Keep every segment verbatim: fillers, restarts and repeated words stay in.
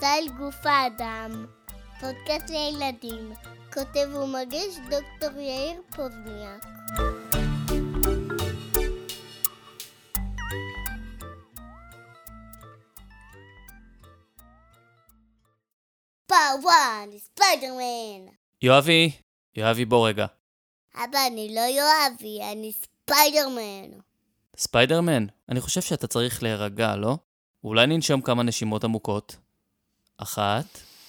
סטייל גוף האדם, פודקאסט לילדים, כותב ומגיש דוקטור יאיר פוזניאק. פאוואן, ספיידרמן. יואבי, יואבי בוא רגע. אבא, אני לא יואבי, אני ספיידרמן. ספיידרמן, אני חושב שאתה צריך להירגע, לא? אולי ננשום כמה נשימות עמוקות. אחת,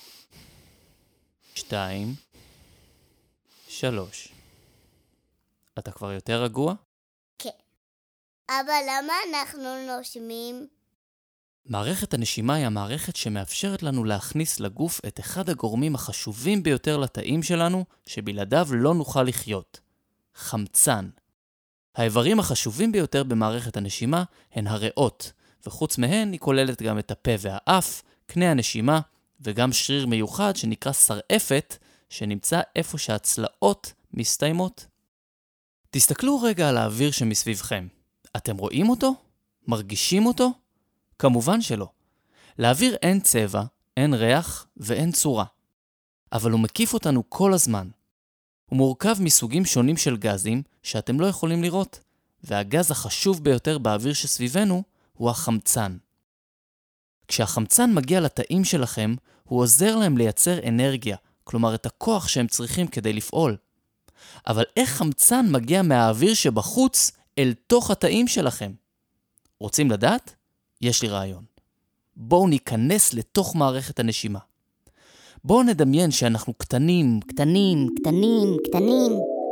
שתיים, שלוש. אתה כבר יותר רגוע? כן. אבא, למה אנחנו נושמים? מערכת הנשימה היא המערכת שמאפשרת לנו להכניס לגוף את אחד הגורמים החשובים ביותר לתאים שלנו, שבלעדיו לא נוכל לחיות. חמצן. האיברים החשובים ביותר במערכת הנשימה הן הריאות, וחוץ מהן היא כוללת גם את הפה והאף, קנה הנשימה, וגם שריר מיוחד שנקרא שרעפת, שנמצא איפה שהצלעות מסתיימות. תסתכלו רגע על האוויר שמסביבכם. אתם רואים אותו? מרגישים אותו? כמובן שלא. לאוויר אין צבע, אין ריח ואין צורה. אבל הוא מקיף אותנו כל הזמן. הוא מורכב מסוגים שונים של גזים שאתם לא יכולים לראות, והגז החשוב ביותר באוויר שסביבנו הוא החמצן. כשהחמצן מגיע לתאים שלכם, הוא עוזר להם לייצר אנרגיה, כלומר את הכוח שהם צריכים כדי לפעול. אבל איך חמצן מגיע מהאוויר שבחוץ אל תוך התאים שלכם? רוצים לדעת? יש לי רעיון. בואו ניכנס לתוך מערכת הנשימה. בואו נדמיין שאנחנו קטנים, קטנים, קטנים, קטנים.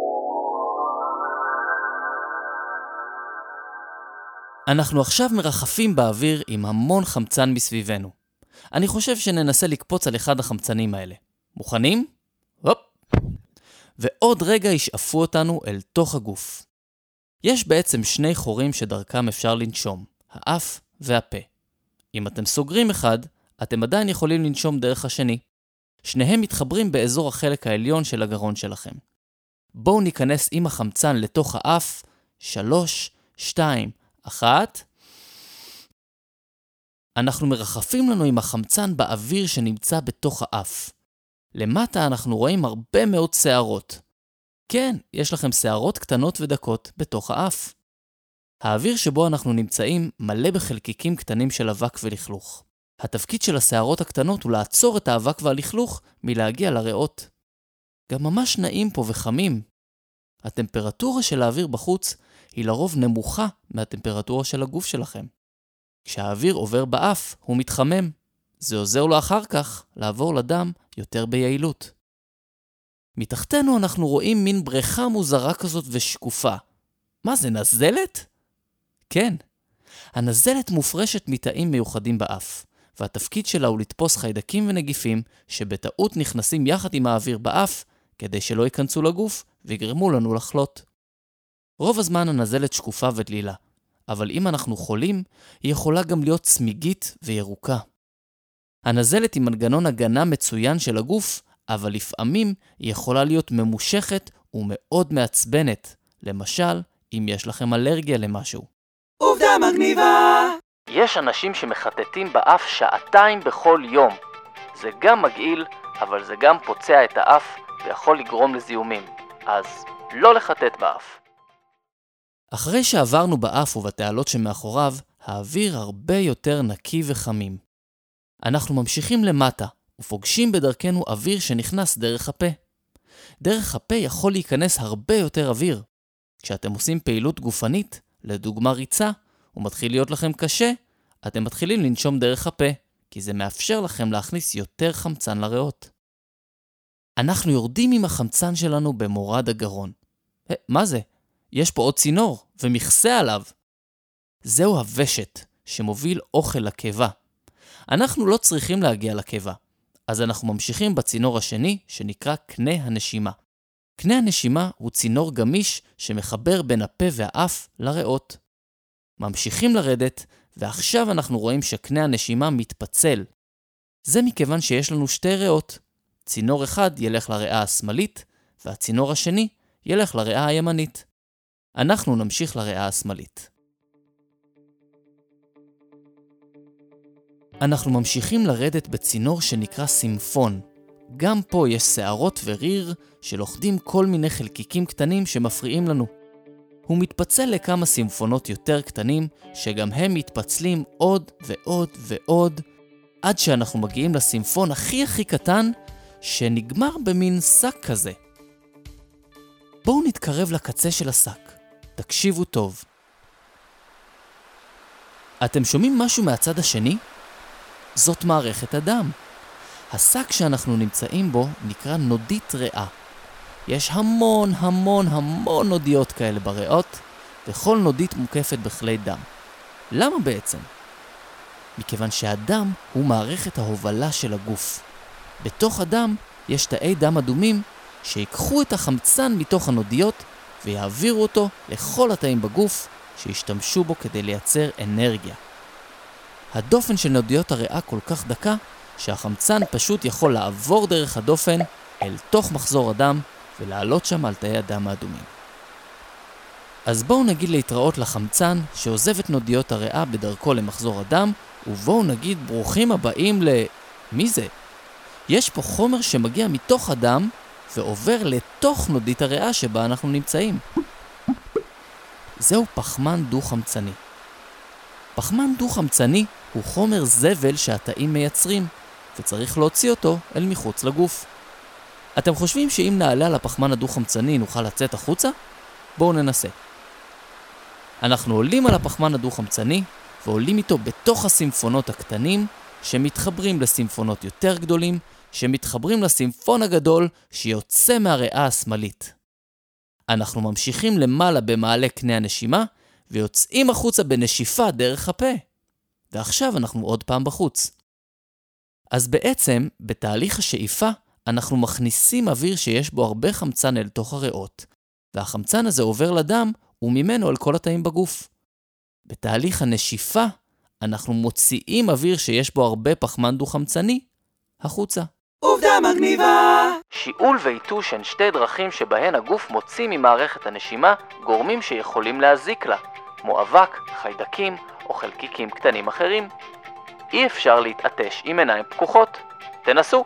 אנחנו עכשיו מרחפים באוויר עם המון חמצן מסביבנו. אני חושב שננסה לקפוץ על אחד החמצנים האלה. מוכנים? הופ! ועוד רגע ישאפו אותנו אל תוך הגוף. יש בעצם שני חורים שדרכם אפשר לנשום, האף והפה. אם אתם סוגרים אחד, אתם עדיין יכולים לנשום דרך השני. שניהם מתחברים באזור החלק העליון של הגרון שלכם. בואו ניכנס עם החמצן לתוך האף. שלוש, שתיים, אחת. אנחנו מרחפים לנו עם החמצן באוויר שנמצא בתוך האף. למטה אנחנו רואים הרבה מאוד שערות. כן, יש לכם שערות קטנות ודקות בתוך האף. האוויר שבו אנחנו נמצאים מלא בחלקיקים קטנים של אבק ולכלוך. התפקיד של השערות הקטנות הוא לעצור את האבק והלכלוך מלהגיע לריאות. גם ממש נעים פה וחמים. הטמפרטורה של האוויר בחוץ היא לרוב נמוכה מהטמפרטורה של הגוף שלכם. כשהאוויר עובר באף הוא מתחמם. זה עוזר לו אחר כך לעבור לדם יותר ביעילות. מתחתנו אנחנו רואים מין בריכה מוזרה כזאת ושקופה. מה זה, נזלת? כן. הנזלת מופרשת מתאים מיוחדים באף. והתפקיד שלה הוא לתפוס חיידקים ונגיפים שבטעות נכנסים יחד עם האוויר באף כדי שלא ייכנסו לגוף ויגרמו לנו לחלות. רוב הזמן הנזלת שקופה ודלילה, אבל אם אנחנו חולים, היא יכולה גם להיות צמיגית וירוקה. הנזלת היא מנגנון הגנה מצוין של הגוף, אבל לפעמים היא יכולה להיות ממושכת ומאוד מעצבנת, למשל אם יש לכם אלרגיה למשהו. עובדה מגניבה! יש אנשים שמחטטים באף שעתיים בכל יום. זה גם מגעיל, אבל זה גם פוצע את האף ויכול לגרום לזיהומים. אז לא לחטט באף. אחרי שעברנו באף ובתעלות שמאחוריו, האוויר הרבה יותר נקי וחמים. אנחנו ממשיכים למטה ופוגשים בדרכנו אוויר שנכנס דרך הפה. דרך הפה יכול להיכנס הרבה יותר אוויר. כשאתם עושים פעילות גופנית, לדוגמה ריצה, ומתחיל להיות לכם קשה, אתם מתחילים לנשום דרך הפה, כי זה מאפשר לכם להכניס יותר חמצן לריאות. אנחנו יורדים עם החמצן שלנו במורד הגרון. Hey, מה זה? יש פה עוד צינור, ומכסה עליו. זהו הוושט, שמוביל אוכל לקיבה. אנחנו לא צריכים להגיע לקיבה, אז אנחנו ממשיכים בצינור השני, שנקרא קנה הנשימה. קנה הנשימה הוא צינור גמיש שמחבר בין הפה והאף לריאות. ממשיכים לרדת, ועכשיו אנחנו רואים שקנה הנשימה מתפצל. זה מכיוון שיש לנו שתי ריאות. צינור אחד ילך לריאה השמאלית, והצינור השני ילך לריאה הימנית. אנחנו נמשיך לריאה השמאלית. אנחנו ממשיכים לרדת בצינור שנקרא סימפון. גם פה יש שערות וריר שלוכדים כל מיני חלקיקים קטנים שמפריעים לנו. הוא מתפצל לכמה סימפונות יותר קטנים, שגם הם מתפצלים עוד ועוד ועוד, עד שאנחנו מגיעים לסימפון הכי הכי קטן, שנגמר במין שק כזה. בואו נתקרב לקצה של השק. תקשיבו טוב. אתם שומעים משהו מהצד השני? זאת מערכת הדם. השק שאנחנו נמצאים בו נקרא נודית ריאה. יש המון המון המון נודיות כאלה בריאות, וכל נודית מוקפת בכלי דם. למה בעצם? מכיוון שהדם הוא מערכת ההובלה של הגוף. בתוך הדם יש תאי דם אדומים שיקחו את החמצן מתוך הנודיות ויעבירו אותו לכל התאים בגוף שישתמשו בו כדי לייצר אנרגיה. הדופן של נודיות הריאה כל כך דקה שהחמצן פשוט יכול לעבור דרך הדופן אל תוך מחזור הדם ולעלות שם על תאי הדם האדומים. אז בואו נגיד להתראות לחמצן שעוזב את נודיות הריאה בדרכו למחזור הדם, ובואו נגיד ברוכים הבאים ל... מי זה? יש פה חומר שמגיע מתוך הדם ועובר לתוך נודית הריאה שבה אנחנו נמצאים. זהו פחמן דו-חמצני. פחמן דו-חמצני הוא חומר זבל שהתאים מייצרים, וצריך להוציא אותו אל מחוץ לגוף. אתם חושבים שאם נעלה על הפחמן הדו-חמצני נוכל לצאת החוצה? בואו ננסה. אנחנו עולים על הפחמן הדו-חמצני ועולים איתו בתוך הסימפונות הקטנים שמתחברים לסימפונות יותר גדולים, שמתחברים לסימפון הגדול שיוצא מהריאה השמאלית. אנחנו ממשיכים למעלה במעלה קנה הנשימה ויוצאים החוצה בנשיפה דרך הפה. ועכשיו אנחנו עוד פעם בחוץ. אז בעצם בתהליך השאיפה אנחנו מכניסים אוויר שיש בו הרבה חמצן אל תוך הריאות, והחמצן הזה עובר לדם וממנו על כל התאים בגוף. בתהליך הנשיפה אנחנו מוציאים אוויר שיש בו הרבה פחמן דו-חמצני החוצה. עובדה מגניבה! שיעול ואיתוש הן שתי דרכים שבהן הגוף מוציא ממערכת הנשימה גורמים שיכולים להזיק לה, כמו אבק, חיידקים או חלקיקים קטנים אחרים. אי אפשר להתעטש עם עיניים פקוחות. תנסו!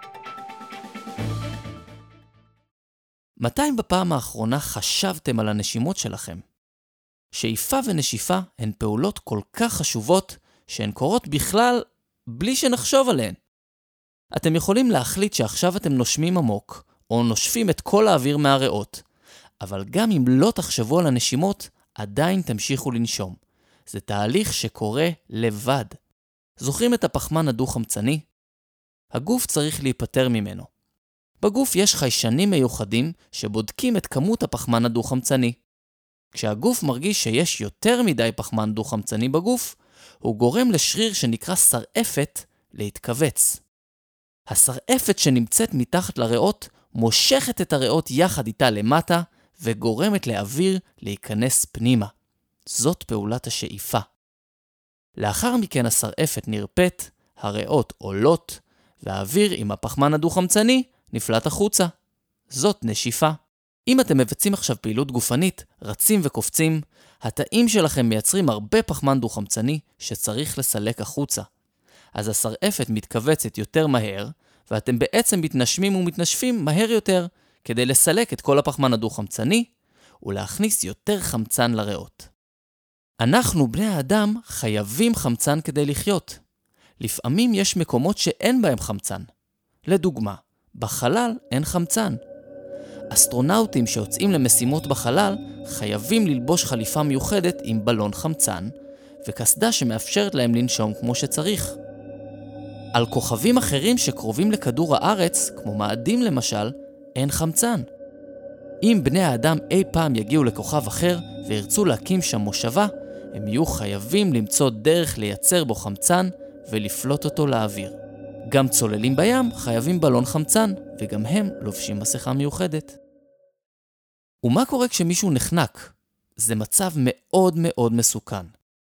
מתי בפעם האחרונה חשבתם על הנשימות שלכם? שאיפה ונשיפה הן פעולות כל כך חשובות שהן קורות בכלל בלי שנחשוב עליהן. אתם יכולים להחליט שעכשיו אתם נושמים עמוק או נושפים את כל האוויר מהריאות, אבל גם אם לא תחשבו על הנשימות, עדיין תמשיכו לנשום. זה תהליך שקורה לבד. זוכרים את הפחמן הדו-חמצני? הגוף צריך להיפטר ממנו. בגוף יש חיישנים מיוחדים שבודקים את כמות הפחמן הדו-חמצני. כשהגוף מרגיש שיש יותר מדי פחמן דו-חמצני בגוף, הוא גורם לשריר שנקרא שרעפת להתכווץ. השרעפת שנמצאת מתחת לריאות מושכת את הריאות יחד איתה למטה וגורמת לאוויר להיכנס פנימה. זאת פעולת השאיפה. לאחר מכן השרעפת נרפאת, הריאות עולות, והאוויר עם הפחמן הדו-חמצני נפלט החוצה. זאת נשיפה. אם אתם מבצעים עכשיו פעילות גופנית, רצים וקופצים, התאים שלכם מייצרים הרבה פחמן דו-חמצני שצריך לסלק החוצה. אז השרעפת מתכווצת יותר מהר, ואתם בעצם מתנשמים ומתנשפים מהר יותר, כדי לסלק את כל הפחמן הדו-חמצני, ולהכניס יותר חמצן לריאות. אנחנו, בני האדם, חייבים חמצן כדי לחיות. לפעמים יש מקומות שאין בהם חמצן. לדוגמה, בחלל אין חמצן. אסטרונאוטים שיוצאים למשימות בחלל חייבים ללבוש חליפה מיוחדת עם בלון חמצן, וקסדה שמאפשרת להם לנשום כמו שצריך. על כוכבים אחרים שקרובים לכדור הארץ, כמו מאדים למשל, אין חמצן. אם בני האדם אי פעם יגיעו לכוכב אחר וירצו להקים שם מושבה, הם יהיו חייבים למצוא דרך לייצר בו חמצן ולפלוט אותו לאוויר. גם צוללים בים חייבים בלון חמצן, וגם הם לובשים מסכה מיוחדת. ומה קורה כשמישהו נחנק? זה מצב מאוד מאוד מסוכן.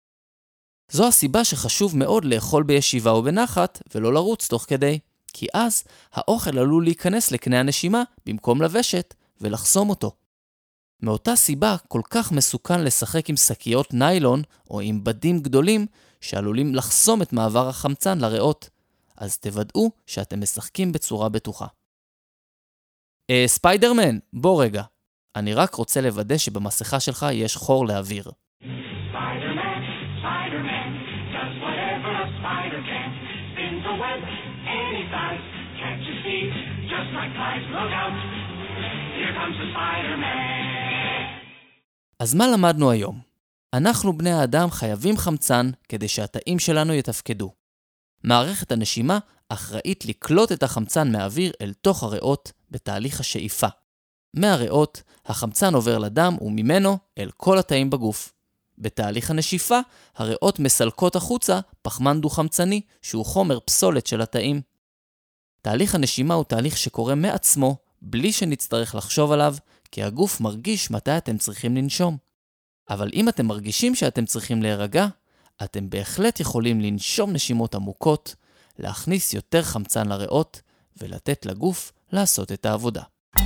זו הסיבה שחשוב מאוד לאכול בישיבה ובנחת ולא לרוץ תוך כדי, כי אז האוכל עלול להיכנס לקנה הנשימה במקום לוושת ולחסום אותו. מאותה סיבה כל כך מסוכן לשחק עם שקיות ניילון או עם בדים גדולים שעלולים לחסום את מעבר החמצן לריאות. אז תוודאו שאתם משחקים בצורה בטוחה. אה, ספיידרמן, בוא רגע. אני רק רוצה לוודא שבמסכה שלך יש חור לאוויר. Spider-Man, Spider-Man, does whatever a spider can. Spins a web any size, catches thieves just like flies. Look out, here comes the Spider-Man. אז מה למדנו היום? אנחנו בני האדם חייבים חמצן כדי שהתאים שלנו יתפקדו. מערכת הנשימה אחראית לקלוט את החמצן מהאוויר אל תוך הריאות בתהליך השאיפה. מהריאות החמצן עובר לדם וממנו אל כל התאים בגוף. בתהליך הנשיפה הריאות מסלקות החוצה פחמן דו-חמצני שהוא חומר פסולת של התאים. תהליך הנשימה הוא תהליך שקורה מעצמו בלי שנצטרך לחשוב עליו, כי הגוף מרגיש מתי אתם צריכים לנשום. אבל אם אתם מרגישים שאתם צריכים להירגע, אתם בהחלט יכולים לנשום נשימות עמוקות, להכניס יותר חמצן לריאות ולתת לגוף לעשות את העבודה.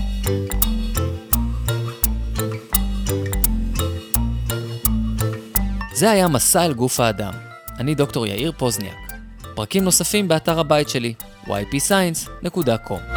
זה היה מסע אל גוף האדם. אני דוקטור יאיר פוזניאק. פרקים נוספים באתר הבית שלי, וואי פי סיינס דוט קום.